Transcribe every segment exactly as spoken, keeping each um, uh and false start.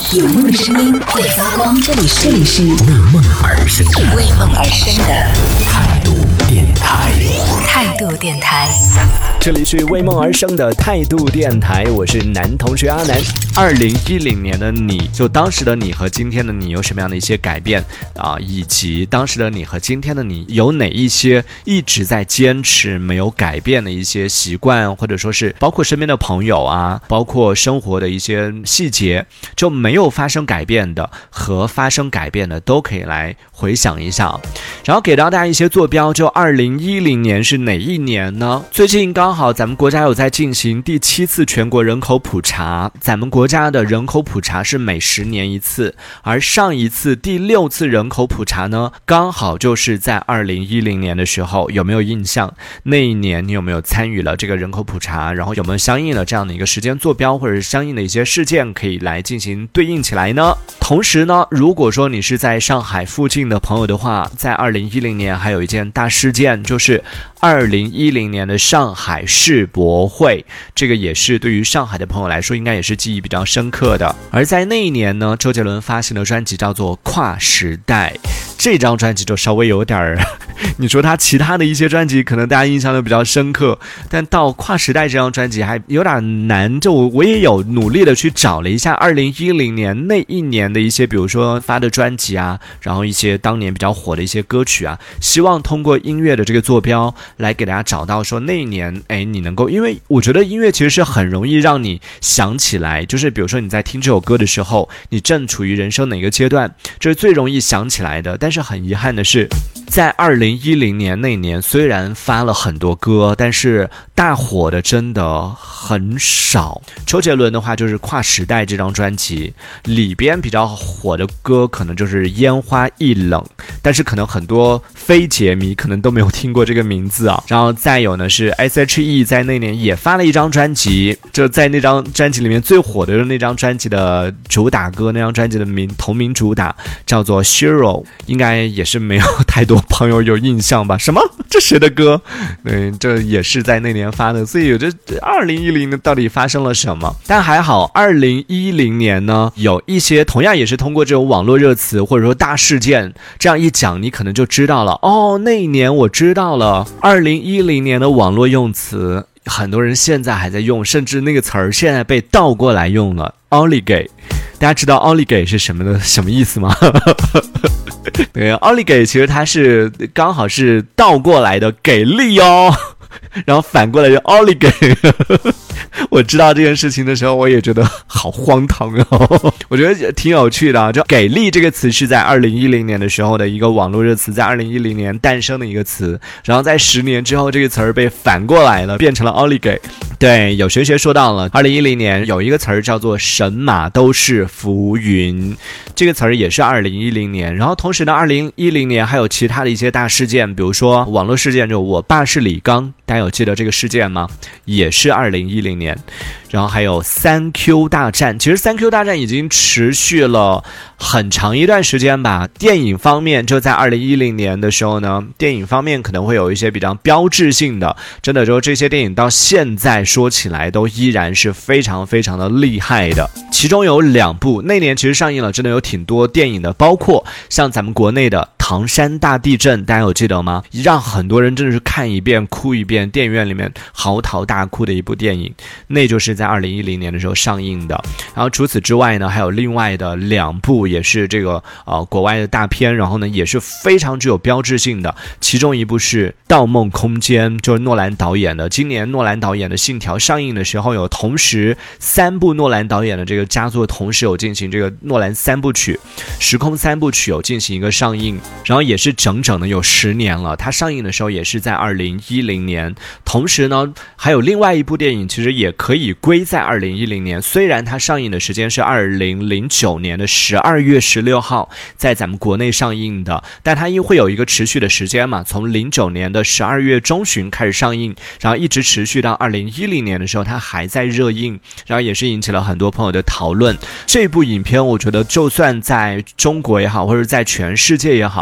有梦的声音会发光，这里是这里是为梦而生的为梦而生的态度电台，态度电台， 这里是为梦而生的态度电台，我是男同学阿南。二零一零年的你，就当时的你和今天的你有什么样的一些改变啊？以及当时的你和今天的你有哪一些一直在坚持没有改变的一些习惯，或者说是包括身边的朋友啊，包括生活的一些细节就没有发生改变的和发生改变的，都可以来回想一下。然后给到大家一些坐标，就二零一零年是哪一年呢？最近刚好咱们国家有在进行第七次全国人口普查，咱们国家的人口普查是每十年一次，而上一次第六次人口普查呢，刚好就是在二零一零年的时候，有没有印象？那一年你有没有参与了这个人口普查？然后有没有相应的这样的一个时间坐标，或者是相应的一些事件可以来进行对应起来呢？同时呢，如果说你是在上海附近的朋友的话，在二零一零年还有一件大事件，就是二零一零年的上海世博会，这个也是对于上海的朋友来说应该也是记忆比较深刻的。而在那一年呢，周杰伦发行的专辑叫做《跨时代》，这张专辑就稍微有点儿你说他其他的一些专辑可能大家印象都比较深刻，但到《跨时代》这张专辑还有点难，就我也有努力的去找了一下二零一零年那一年的一些比如说发的专辑啊，然后一些当年比较火的一些歌曲啊，希望通过音乐的这个坐标来给大家找到说那一年哎你能够，因为我觉得音乐其实是很容易让你想起来，就是比如说你在听这首歌的时候，你正处于人生哪个阶段，这是最容易想起来的。但是很遗憾的是，在二零一零年那年虽然发了很多歌，但是大火的真的很少。周杰伦的话就是《跨时代》这张专辑里边比较火的歌可能就是《烟花易冷》，但是可能很多非杰迷可能都没有听过这个名字啊。然后再有呢是 S H E 在那年也发了一张专辑，就在那张专辑里面最火的那张专辑的主打歌，那张专辑的名同名主打叫做 Shiro， 应该也是没有太多朋友有印象吧？什么？这谁的歌？嗯，这也是在那年发的，所以有这二零一零到底发生了什么？但还好，二零一零年呢，有一些同样也是通过这种网络热词或者说大事件，这样一讲，你可能就知道了。哦，那一年我知道了，二零一零年的网络用词，很多人现在还在用，甚至那个词儿现在被倒过来用了 ，oligay。大家知道 oligay 是什么的什么意思吗？对 ，oligay 其实它是刚好是倒过来的给力哦，然后反过来就 oligay。我知道这件事情的时候，我也觉得好荒唐哦。我觉得挺有趣的啊，就给力这个词是在二零一零年的时候的一个网络热词，在二零一零年诞生的一个词，然后在十年之后，这个词儿被反过来了，变成了 oligay。对，有学学说到了，二零一零年有一个词儿叫做神马都是浮云，这个词儿也是二零一零年。然后同时呢，二零一零年还有其他的一些大事件，比如说网络事件，就我爸是李刚，大家有记得这个事件吗？也是二零一零年。然后还有三 Q 大战，其实三 Q 大战已经持续了很长一段时间吧。电影方面就在二零一零年的时候呢，电影方面可能会有一些比较标志性的，真的就这些电影到现在说起来都依然是非常非常的厉害的。其中有两部那年其实上映了真的有挺多电影的，包括像咱们国内的唐山大地震，大家有记得吗？让很多人真的是看一遍哭一遍，电影院里面嚎啕大哭的一部电影，那就是在二零一零年的时候上映的。然后除此之外呢，还有另外的两部也是这个呃国外的大片，然后呢也是非常具有标志性的。其中一部是《盗梦空间》，就是诺兰导演的。今年诺兰导演的《信条》上映的时候，有同时三部诺兰导演的这个佳作同时有进行这个诺兰三部曲、时空三部曲有进行一个上映。然后也是整整的有十年了，它上映的时候也是在二零一零年。同时呢，还有另外一部电影，其实也可以归在二零一零年，虽然它上映的时间是二零零九年的十二月十六号在咱们国内上映的，但它因会有一个持续的时间嘛，从零九年的十二月中旬开始上映，然后一直持续到二零一零年的时候，它还在热映，然后也是引起了很多朋友的讨论。这部影片我觉得就算在中国也好，或者在全世界也好，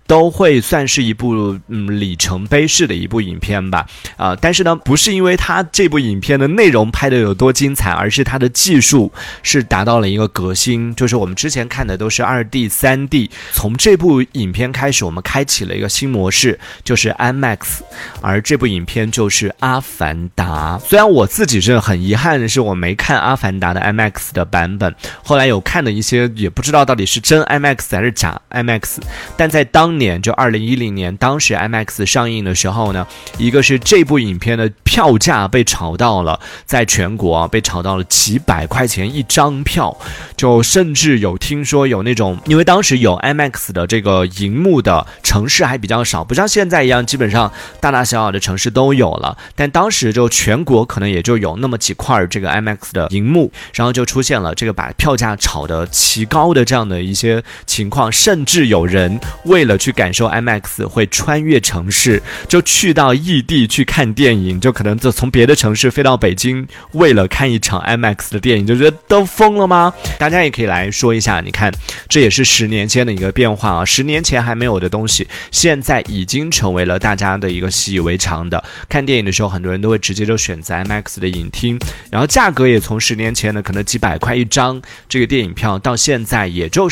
都会算是一部嗯里程碑式的一部影片吧。啊、呃，但是呢，不是因为它这部影片的内容拍的有多精彩，而是它的技术是达到了一个革新。就是我们之前看的都是 二 D、三 D， 从这部影片开始，我们开启了一个新模式，就是 IMAX， 而这部影片就是《阿凡达》。虽然我自己是很遗憾的是我没看《阿凡达》的 IMAX 的版本，后来有看的一些也不知道到底是真 IMAX 还是假 IMAX， 但在当年就二零一零年，当时 IMAX 上映的时候呢，一个是这部影片的票价被炒到了，在全国、啊、被炒到了几百块钱一张票，就甚至有听说有那种，因为当时有 IMAX 的这个荧幕的城市还比较少，不像现在一样基本上大大小小的城市都有了，但当时就全国可能也就有那么几块这个 IMAX 的荧幕，然后就出现了这个把票价炒得奇高的这样的一些情况，甚至有人为了去感受 IMAX 会穿越城市，就去到异地去看电影，就可能就从别的城市飞到北京，为了看一场 IMAX 的电影，就觉得都疯了吗？大家也可以来说一下，你看这也是十年间的一个变化啊，十年前还没有的东西，现在已经成为了大家的一个习以为常的。看电影的时候，很多人都会直接就选择 IMAX 的影厅，然后价格也从十年前的可能几百块一张这个电影票，到现在也就是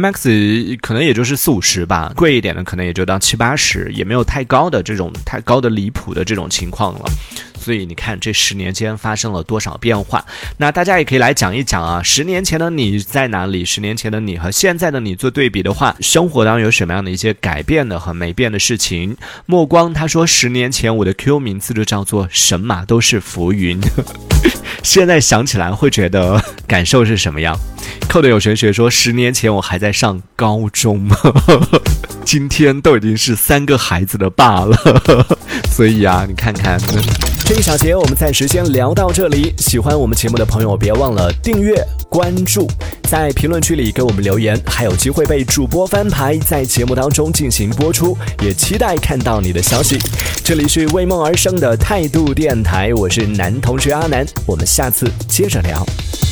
IMAX 可能也就是四五十吧，贵一点的可能也就到七八十，也没有太高的这种太高的离谱的这种情况了。所以你看这十年间发生了多少变化，那大家也可以来讲一讲啊，十年前的你在哪里，十年前的你和现在的你做对比的话，生活当中有什么样的一些改变的和没变的事情。墨光他说十年前我的 Q 名字就叫做神马都是浮云现在想起来会觉得感受是什么样。扣的有玄学说十年前我还在上高中今天都已经是三个孩子的爸了所以啊你看看这一小节我们暂时先聊到这里，喜欢我们节目的朋友别忘了订阅关注，在评论区里给我们留言，还有机会被主播翻牌在节目当中进行播出，也期待看到你的消息。这里是为梦而生的态度电台，我是男同学阿南，我们下次接着聊。